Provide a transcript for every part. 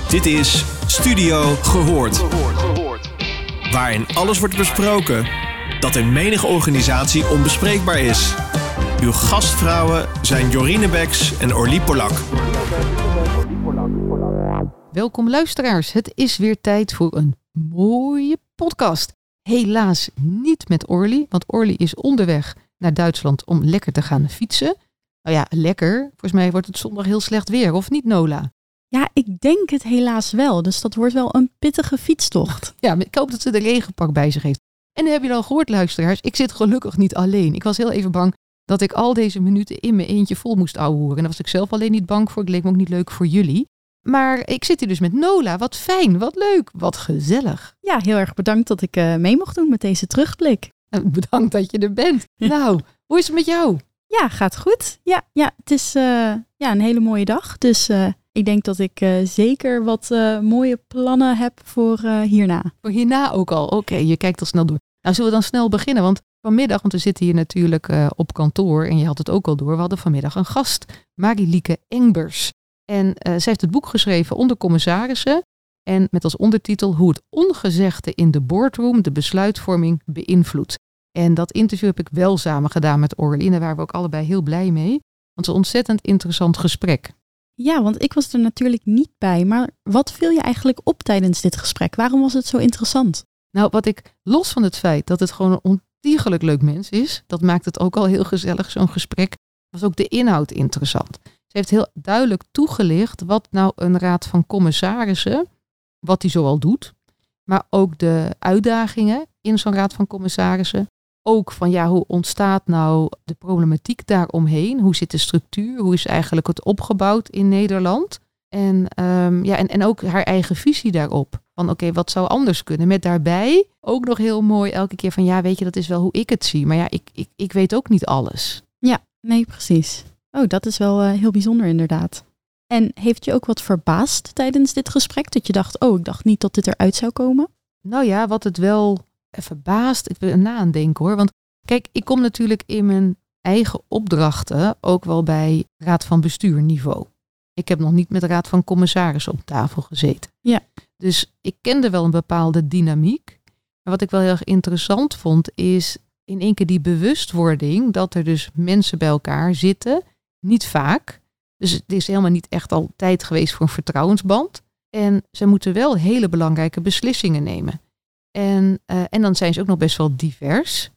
Dit is Studio Gehoord. Waarin alles wordt besproken dat in menige organisatie onbespreekbaar is. Uw gastvrouwen zijn Jorine Beks en Orlie Polak. Welkom luisteraars, het is weer tijd voor een mooie podcast. Helaas niet met Orlie, want Orlie is onderweg naar Duitsland om lekker te gaan fietsen. Nou ja, lekker. Volgens mij wordt het zondag heel slecht weer, of niet Nola? Ja, ik denk het helaas wel. Dus dat wordt wel een pittige fietstocht. Ja, ik hoop dat ze de regenpak bij zich heeft. En nu heb je al gehoord, luisteraars, ik zit gelukkig niet alleen. Ik was heel even bang dat ik al deze minuten in mijn eentje vol moest ouwehoeren. En daar was ik zelf alleen niet bang voor. Het leek me ook niet leuk voor jullie. Maar ik zit hier dus met Nola. Wat fijn, wat leuk, wat gezellig. Ja, heel erg bedankt dat ik mee mocht doen met deze terugblik. Bedankt dat je er bent. Nou, hoe is het met jou? Ja, gaat goed. Ja, het is een hele mooie dag. Dus ik denk dat ik zeker wat mooie plannen heb voor hierna. Voor hierna ook al. Oké, je kijkt al snel door. Nou, zullen we dan snel beginnen? Want vanmiddag, want we zitten hier natuurlijk op kantoor en je had het ook al door. We hadden vanmiddag een gast, Marieke Engbers. En zij heeft het boek geschreven Onder commissarissen. En met als ondertitel Hoe het ongezegde in de boardroom de besluitvorming beïnvloedt. En dat interview heb ik wel samen gedaan met Orlie. En daar waren we ook allebei heel blij mee. Want het is een ontzettend interessant gesprek. Ja, want ik was er natuurlijk niet bij. Maar wat viel je eigenlijk op tijdens dit gesprek? Waarom was het zo interessant? Nou, wat ik los van het feit dat het gewoon een ontiegelijk leuk mens is. Dat maakt het ook al heel gezellig, zo'n gesprek. Was ook de inhoud interessant. Ze heeft heel duidelijk toegelicht wat nou een raad van commissarissen, wat die zoal doet. Maar ook de uitdagingen in zo'n raad van commissarissen. Ook van hoe ontstaat nou de problematiek daaromheen? Hoe zit de structuur? Hoe is eigenlijk het opgebouwd in Nederland? En ook haar eigen visie daarop. Van oké, wat zou anders kunnen? Met daarbij ook nog heel mooi elke keer van weet je, dat is wel hoe ik het zie. Maar ik weet ook niet alles. Ja, nee, precies. Oh, dat is wel heel bijzonder inderdaad. En heeft je ook wat verbaasd tijdens dit gesprek? Dat je dacht, ik dacht niet dat dit eruit zou komen? Nou ja, wat het wel verbaast. Ik ben na aan het denken hoor. Want kijk, ik kom natuurlijk in mijn eigen opdrachten ook wel bij raad van bestuur niveau. Ik heb nog niet met de raad van commissarissen op tafel gezeten. Ja. Dus ik kende wel een bepaalde dynamiek. Maar wat ik wel heel erg interessant vond is in één keer die bewustwording dat er dus mensen bij elkaar zitten. Niet vaak. Dus het is helemaal niet echt al tijd geweest voor een vertrouwensband. En ze moeten wel hele belangrijke beslissingen nemen. En dan zijn ze ook nog best wel divers.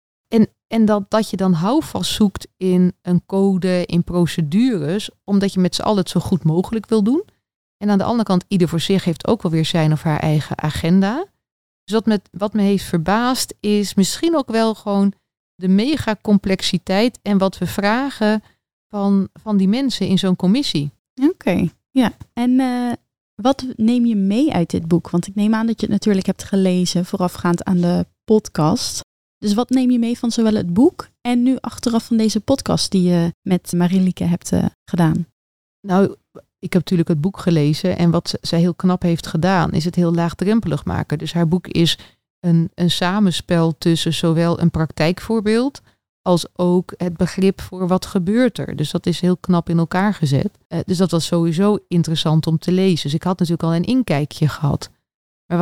En dat je dan houvast zoekt in een code, in procedures, omdat je met z'n allen het zo goed mogelijk wil doen. En aan de andere kant, ieder voor zich heeft ook wel weer zijn of haar eigen agenda. Dus wat me heeft verbaasd is misschien ook wel gewoon de mega complexiteit en wat we vragen van die mensen in zo'n commissie. Oké, ja. En wat neem je mee uit dit boek? Want ik neem aan dat je het natuurlijk hebt gelezen voorafgaand aan de podcast. Dus wat neem je mee van zowel het boek en nu achteraf van deze podcast die je met Marieke hebt gedaan? Nou, ik heb natuurlijk het boek gelezen en wat zij heel knap heeft gedaan is het heel laagdrempelig maken. Dus haar boek is een samenspel tussen zowel een praktijkvoorbeeld als ook het begrip voor wat gebeurt er. Dus dat is heel knap in elkaar gezet. Dus dat was sowieso interessant om te lezen. Dus ik had natuurlijk al een inkijkje gehad. Maar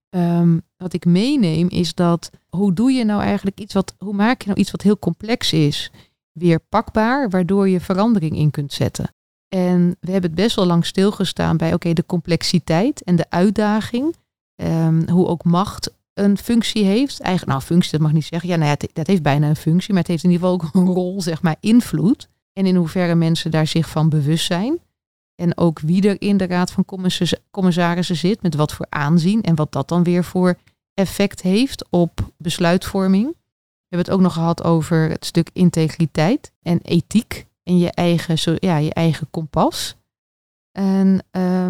wat ik meeneem is dat hoe doe je nou eigenlijk hoe maak je nou iets wat heel complex is weer pakbaar, waardoor je verandering in kunt zetten. En we hebben het best wel lang stilgestaan bij de complexiteit en de uitdaging. Hoe ook macht een functie heeft. Functie, dat mag niet zeggen. Dat heeft bijna een functie, maar het heeft in ieder geval ook een rol, invloed. En in hoeverre mensen daar zich van bewust zijn. En ook wie er in de raad van commissarissen zit, met wat voor aanzien en wat dat dan weer voor effect heeft op besluitvorming. We hebben het ook nog gehad over het stuk integriteit en ethiek en je eigen kompas. En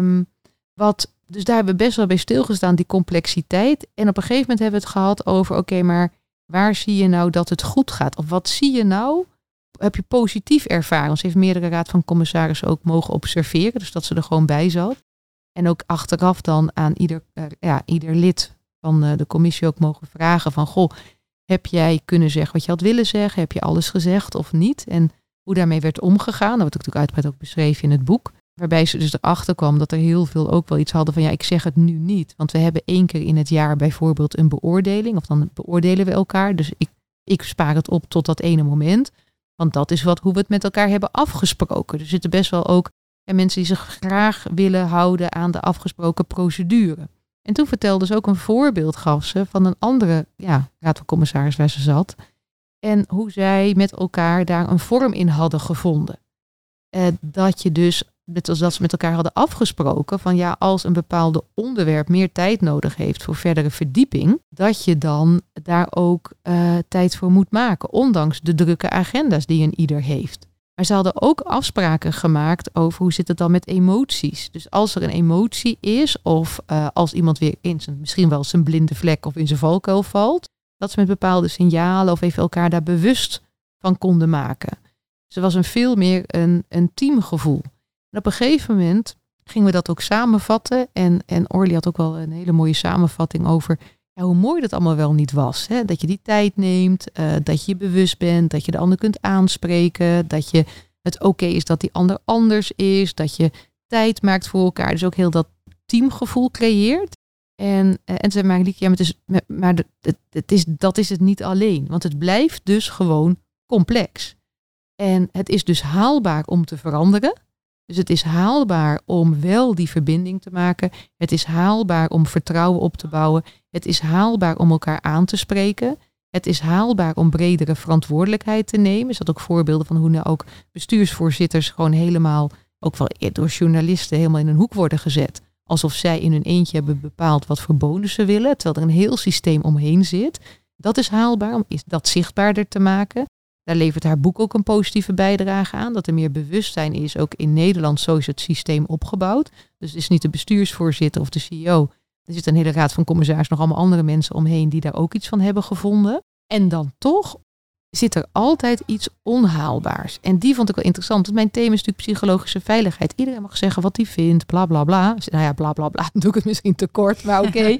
dus daar hebben we best wel bij stilgestaan, die complexiteit. En op een gegeven moment hebben we het gehad over, maar waar zie je nou dat het goed gaat? Of wat zie je nou? Heb je positief ervaren? Ze heeft meerdere raad van commissarissen ook mogen observeren, dus dat ze er gewoon bij zat. En ook achteraf dan aan ieder lid van de commissie ook mogen vragen van, heb jij kunnen zeggen wat je had willen zeggen? Heb je alles gezegd of niet? En hoe daarmee werd omgegaan, dat wordt natuurlijk uitgebreid ook beschreven in het boek. Waarbij ze dus erachter kwam dat er heel veel ook wel iets hadden van ik zeg het nu niet. Want we hebben 1 keer in het jaar bijvoorbeeld een beoordeling. Of dan beoordelen we elkaar. Dus ik spaar het op tot dat ene moment. Want dat is hoe we het met elkaar hebben afgesproken. Er zitten best wel ook mensen die zich graag willen houden aan de afgesproken procedure. En toen vertelde ze ook een voorbeeld, gaf ze, van een andere raad van commissaris waar ze zat. En hoe zij met elkaar daar een vorm in hadden gevonden. Dat je dus, net als dat ze met elkaar hadden afgesproken, van als een bepaalde onderwerp meer tijd nodig heeft voor verdere verdieping, dat je dan daar ook tijd voor moet maken, ondanks de drukke agenda's die een ieder heeft. Maar ze hadden ook afspraken gemaakt over hoe zit het dan met emoties. Dus als er een emotie is of als iemand weer misschien wel zijn blinde vlek of in zijn valkuil valt, dat ze met bepaalde signalen of even elkaar daar bewust van konden maken. Dus er was veel meer een teamgevoel. En op een gegeven moment gingen we dat ook samenvatten. En Orly had ook wel een hele mooie samenvatting over hoe mooi dat allemaal wel niet was. Hè? Dat je die tijd neemt, dat je bewust bent, dat je de ander kunt aanspreken, dat je het oké is dat die ander anders is, dat je tijd maakt voor elkaar. Dus ook heel dat teamgevoel creëert. En zei Marieke, dat is het niet alleen. Want het blijft dus gewoon complex. En het is dus haalbaar om te veranderen. Dus het is haalbaar om wel die verbinding te maken. Het is haalbaar om vertrouwen op te bouwen. Het is haalbaar om elkaar aan te spreken. Het is haalbaar om bredere verantwoordelijkheid te nemen. Er zat ook voorbeelden van hoe nou ook bestuursvoorzitters gewoon helemaal, ook wel door journalisten, helemaal in een hoek worden gezet. Alsof zij in hun eentje hebben bepaald wat voor bonussen willen. Terwijl er een heel systeem omheen zit. Dat is haalbaar om dat zichtbaarder te maken. Daar levert haar boek ook een positieve bijdrage aan. Dat er meer bewustzijn is. Ook in Nederland, zo is het systeem opgebouwd. Dus het is niet de bestuursvoorzitter of de CEO. Er zit een hele raad van commissarissen, nog allemaal andere mensen omheen die daar ook iets van hebben gevonden. En dan toch zit er altijd iets onhaalbaars. En die vond ik wel interessant. Want mijn thema is natuurlijk psychologische veiligheid. Iedereen mag zeggen wat hij vindt, bla bla bla. Nou ja, bla bla bla, dan doe ik het misschien te kort, maar oké.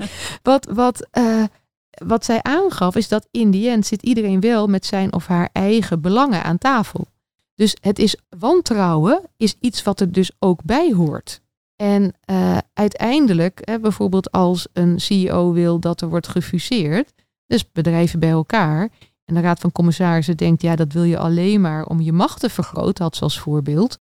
Wat zij aangaf is dat in die end zit iedereen wel met zijn of haar eigen belangen aan tafel. Dus het is wantrouwen is iets wat er dus ook bij hoort. En uiteindelijk, bijvoorbeeld als een CEO wil dat er wordt gefuseerd, dus bedrijven bij elkaar, en de raad van commissarissen denkt, dat wil je alleen maar om je macht te vergroten, had ze als voorbeeld.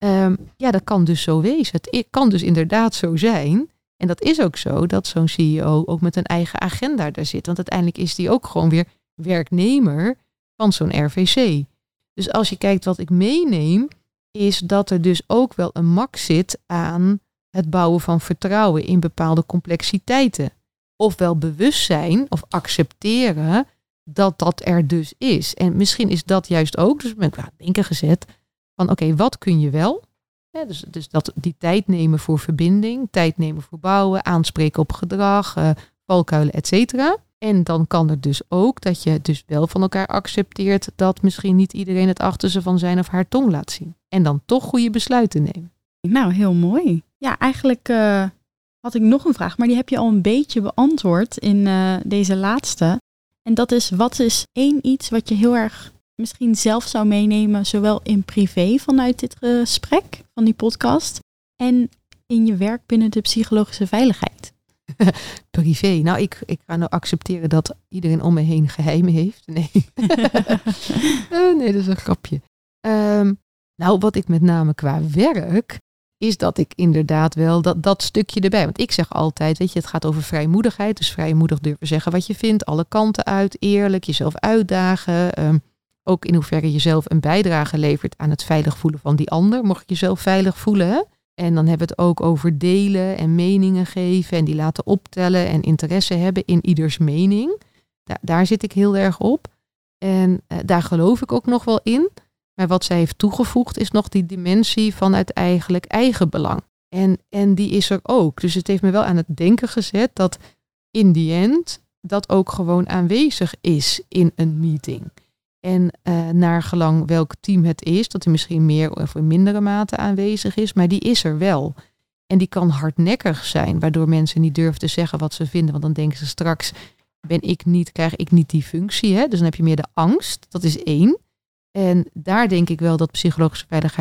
Dat kan dus zo wezen. Het kan dus inderdaad zo zijn. En dat is ook zo, dat zo'n CEO ook met een eigen agenda daar zit. Want uiteindelijk is die ook gewoon weer werknemer van zo'n RVC. Dus als je kijkt wat ik meeneem, is dat er dus ook wel een max zit aan het bouwen van vertrouwen in bepaalde complexiteiten. Ofwel bewustzijn of accepteren dat dat er dus is. En misschien is dat juist ook, dus ben ik aan het denken gezet, van oké, wat kun je wel? Ja, dus dat die tijd nemen voor verbinding, tijd nemen voor bouwen, aanspreken op gedrag, valkuilen, et cetera. En dan kan het dus ook dat je dus wel van elkaar accepteert dat misschien niet iedereen het achterste van zijn of haar tong laat zien. En dan toch goede besluiten nemen. Nou, heel mooi. Ja, eigenlijk had ik nog een vraag, maar die heb je al een beetje beantwoord in deze laatste. En dat is, wat is iets wat je heel erg misschien zelf zou meenemen, zowel in privé vanuit dit gesprek, van die podcast, en in je werk binnen de psychologische veiligheid? Privé. Nou, ik ga nou accepteren dat iedereen om me heen geheimen heeft. Nee. Nee, dat is een grapje. Nou, wat ik met name qua werk, is dat ik inderdaad wel dat stukje erbij. Want ik zeg altijd, weet je, het gaat over vrijmoedigheid. Dus vrijmoedig durven zeggen wat je vindt. Alle kanten uit, eerlijk, jezelf uitdagen. Ook in hoeverre je zelf een bijdrage levert aan het veilig voelen van die ander. Mocht je jezelf veilig voelen. Hè? En dan hebben we het ook over delen en meningen geven. En die laten optellen en interesse hebben in ieders mening. Daar zit ik heel erg op. En daar geloof ik ook nog wel in. Maar wat zij heeft toegevoegd is nog die dimensie van het eigenlijk eigen belang. En die is er ook. Dus het heeft me wel aan het denken gezet dat in die end dat ook gewoon aanwezig is in een meeting. En naar gelang welk team het is, dat hij misschien meer of in mindere mate aanwezig is, maar die is er wel. En die kan hardnekkig zijn, waardoor mensen niet durven te zeggen wat ze vinden, want dan denken ze straks, krijg ik niet die functie. Hè? Dus dan heb je meer de angst, dat is 1. En daar denk ik wel dat psychologische veiligheid een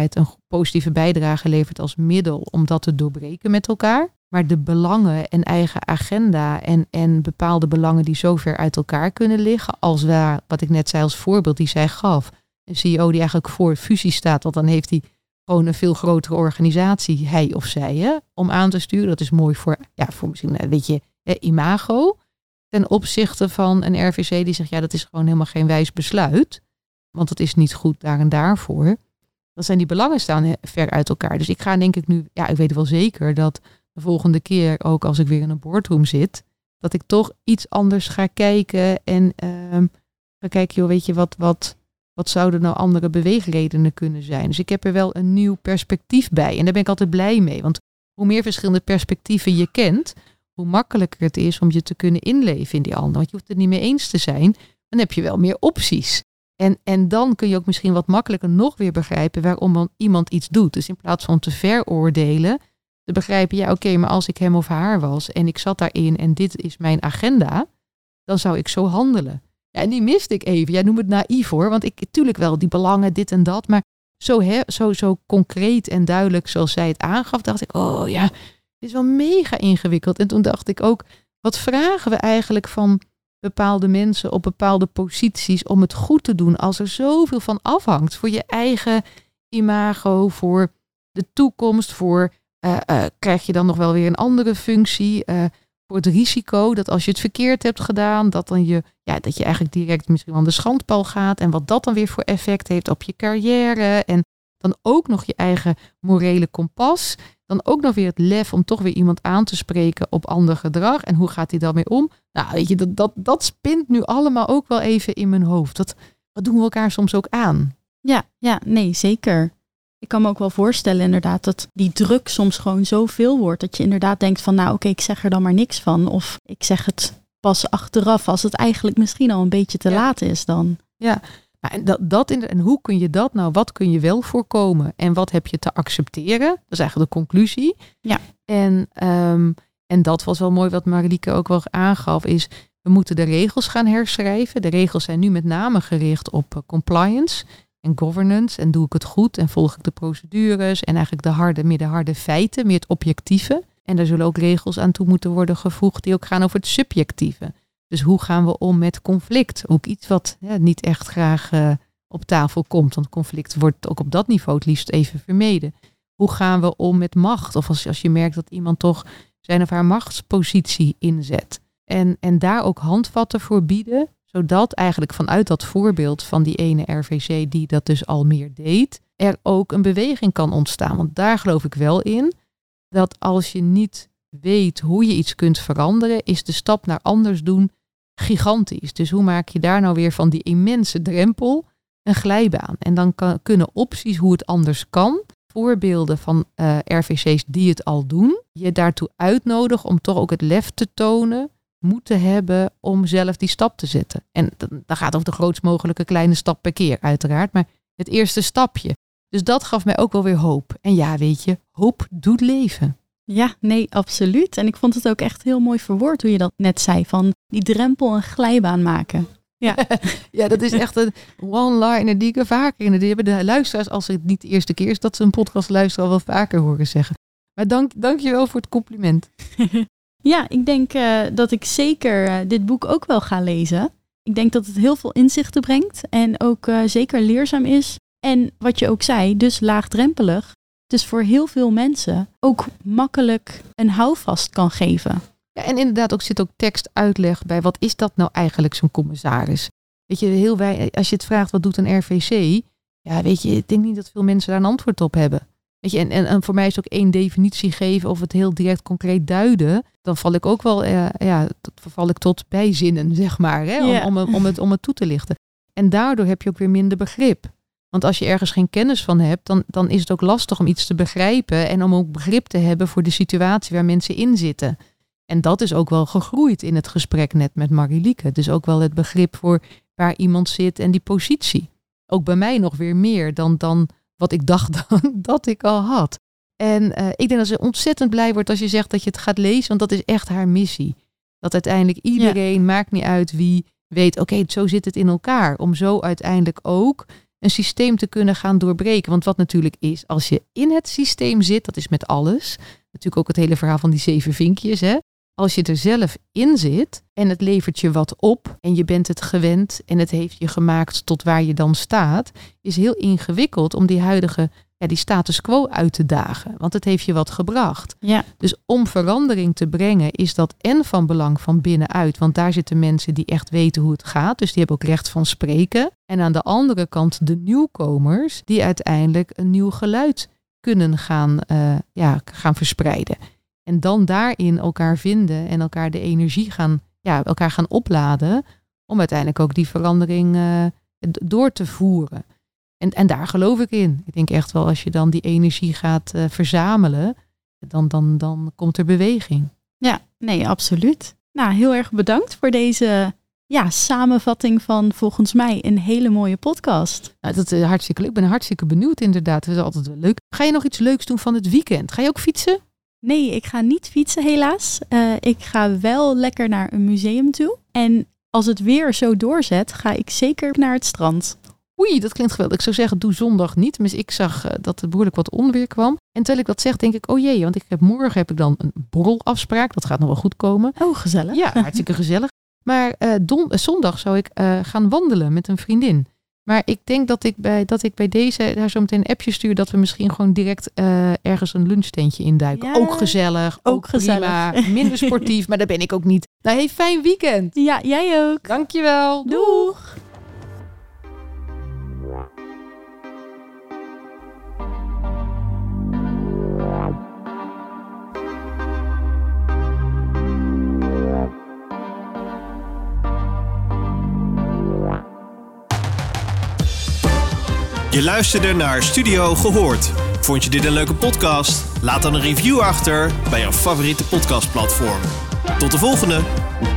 positieve bijdrage levert als middel om dat te doorbreken met elkaar. Maar de belangen en eigen agenda en bepaalde belangen die zo ver uit elkaar kunnen liggen, als wat ik net zei als voorbeeld die zij gaf, een CEO die eigenlijk voor fusie staat, want dan heeft hij gewoon een veel grotere organisatie, hij of zij, om aan te sturen. Dat is mooi voor misschien een beetje imago. Ten opzichte van een RVC die zegt, dat is gewoon helemaal geen wijs besluit. Want het is niet goed daar en daarvoor. Dan zijn die belangen staan ver uit elkaar. Dus ik ga denk ik nu, ik weet wel zeker dat de volgende keer, ook als ik weer in een boardroom zit, dat ik toch iets anders ga kijken en ga kijken, weet je, wat zouden nou andere beweegredenen kunnen zijn? Dus ik heb er wel een nieuw perspectief bij. En daar ben ik altijd blij mee. Want hoe meer verschillende perspectieven je kent, hoe makkelijker het is om je te kunnen inleven in die ander. Want je hoeft het niet mee eens te zijn. Dan heb je wel meer opties. En dan kun je ook misschien wat makkelijker nog weer begrijpen waarom iemand iets doet. Dus in plaats van te veroordelen, te begrijpen, maar als ik hem of haar was en ik zat daarin en dit is mijn agenda, dan zou ik zo handelen. Ja, en die miste ik even. Jij noemt het naïef hoor, want ik natuurlijk wel die belangen, dit en dat, maar zo concreet en duidelijk zoals zij het aangaf, dacht ik, dit is wel mega ingewikkeld. En toen dacht ik ook, wat vragen we eigenlijk van bepaalde mensen op bepaalde posities om het goed te doen als er zoveel van afhangt voor je eigen imago, voor de toekomst, voor krijg je dan nog wel weer een andere functie, voor het risico dat als je het verkeerd hebt gedaan, dat je eigenlijk direct misschien aan de schandpaal gaat en wat dat dan weer voor effect heeft op je carrière en dan ook nog je eigen morele kompas, dan ook nog weer het lef om toch weer iemand aan te spreken op ander gedrag en hoe gaat hij daarmee om? Nou, weet je, dat spint nu allemaal ook wel even in mijn hoofd. Dat doen we elkaar soms ook aan. Ja, nee, zeker. Ik kan me ook wel voorstellen inderdaad dat die druk soms gewoon zoveel wordt. Dat je inderdaad denkt van ik zeg er dan maar niks van. Of ik zeg het pas achteraf als het eigenlijk misschien al een beetje te laat is dan. Ja. En hoe kun je dat nou? Wat kun je wel voorkomen? En wat heb je te accepteren? Dat is eigenlijk de conclusie. Ja. En dat was wel mooi wat Marieke ook wel aangaf is, we moeten de regels gaan herschrijven. De regels zijn nu met name gericht op compliance en governance. En doe ik het goed en volg ik de procedures en eigenlijk de harde feiten, meer het objectieve. En daar zullen ook regels aan toe moeten worden gevoegd die ook gaan over het subjectieve. Dus hoe gaan we om met conflict? Ook iets wat niet echt graag op tafel komt. Want conflict wordt ook op dat niveau het liefst even vermeden. Hoe gaan we om met macht? Of als je merkt dat iemand toch zijn of haar machtspositie inzet. En daar ook handvatten voor bieden. Zodat eigenlijk vanuit dat voorbeeld van die ene RVC die dat dus al meer deed, er ook een beweging kan ontstaan. Want daar geloof ik wel in. Dat als je niet weet hoe je iets kunt veranderen, is de stap naar anders doen gigantisch. Dus hoe maak je daar nou weer van die immense drempel een glijbaan? En dan kunnen opties hoe het anders kan, voorbeelden van RVC's die het al doen, je daartoe uitnodigen om toch ook het lef te tonen, moeten hebben om zelf die stap te zetten. En dan gaat het over de grootst mogelijke kleine stap per keer uiteraard, maar het eerste stapje. Dus dat gaf mij ook wel weer hoop. En ja, weet je, hoop doet leven. Ja, nee, absoluut. En ik vond het ook echt heel mooi verwoord hoe je dat net zei. Van die drempel een glijbaan maken. Ja, ja, dat is echt een one-liner die ik er vaker in. Die hebben de luisteraars, als het niet de eerste keer is dat ze een podcast luisteren, al wel vaker horen zeggen. Maar dank je wel voor het compliment. Ja, ik denk dat ik zeker dit boek ook wel ga lezen. Ik denk dat het heel veel inzichten brengt. En ook zeker leerzaam is. En wat je ook zei, dus laagdrempelig. Dus voor heel veel mensen ook makkelijk een houvast kan geven. Ja, en inderdaad ook zit ook tekstuitleg bij. Wat is dat nou eigenlijk, zo'n commissaris? Weet je, als je het vraagt, wat doet een RVC? Ja, weet je, ik denk niet dat veel mensen daar een antwoord op hebben. Weet je, en voor mij is ook één definitie geven of het heel direct concreet duiden. Dan val ik ook wel, verval ik tot bijzinnen, zeg maar. Hè, om het toe te lichten. En daardoor heb je ook weer minder begrip. Want als je ergens geen kennis van hebt, dan is het ook lastig om iets te begrijpen en om ook begrip te hebben voor de situatie waar mensen in zitten. En dat is ook wel gegroeid in het gesprek net met Marieke. Dus ook wel het begrip voor waar iemand zit en die positie. Ook bij mij nog weer meer dan wat ik dacht dat ik al had. En ik denk dat ze ontzettend blij wordt als je zegt dat je het gaat lezen, want dat is echt haar missie. Dat uiteindelijk iedereen, maakt niet uit wie, weet, oké, zo zit het in elkaar. Om zo uiteindelijk ook een systeem te kunnen gaan doorbreken. Want wat natuurlijk is, als je in het systeem zit, dat is met alles. Natuurlijk ook het hele verhaal van die 7 vinkjes. Hè? Als je er zelf in zit en het levert je wat op en je bent het gewend en het heeft je gemaakt tot waar je dan staat, is heel ingewikkeld om die huidige, die status quo uit te dagen. Want het heeft je wat gebracht. Ja. Dus om verandering te brengen is dat en van belang van binnenuit. Want daar zitten mensen die echt weten hoe het gaat. Dus die hebben ook recht van spreken. En aan de andere kant de nieuwkomers die uiteindelijk een nieuw geluid kunnen gaan verspreiden. En dan daarin elkaar vinden en elkaar de energie elkaar gaan opladen. Om uiteindelijk ook die verandering door te voeren. En daar geloof ik in. Ik denk echt wel, als je dan die energie gaat verzamelen, dan komt er beweging. Ja, nee, absoluut. Nou, heel erg bedankt voor deze samenvatting van volgens mij een hele mooie podcast. Nou, dat is hartstikke leuk. Ik ben hartstikke benieuwd inderdaad. Dat is altijd wel leuk. Ga je nog iets leuks doen van het weekend? Ga je ook fietsen? Nee, ik ga niet fietsen helaas. Ik ga wel lekker naar een museum toe. En als het weer zo doorzet, ga ik zeker naar het strand. Oei, dat klinkt geweldig. Ik zou zeggen, doe zondag niet. Maar ik zag dat er behoorlijk wat onweer kwam. En terwijl ik dat zeg, denk ik, oh jee, want morgen heb ik dan een borrelafspraak. Dat gaat nog wel goed komen. Oh, gezellig. Ja, hartstikke gezellig. Maar zondag zou ik gaan wandelen met een vriendin. Maar ik denk dat ik bij deze daar zo meteen een appje stuur, dat we misschien gewoon direct ergens een lunchtentje induiken. Ja, ook gezellig, ook prima, minder sportief, maar daar ben ik ook niet. Nou, hey, fijn weekend. Ja, jij ook. Dankjewel. Doeg. Je luisterde naar Studio Gehoord. Vond je dit een leuke podcast? Laat dan een review achter bij jouw favoriete podcastplatform. Tot de volgende!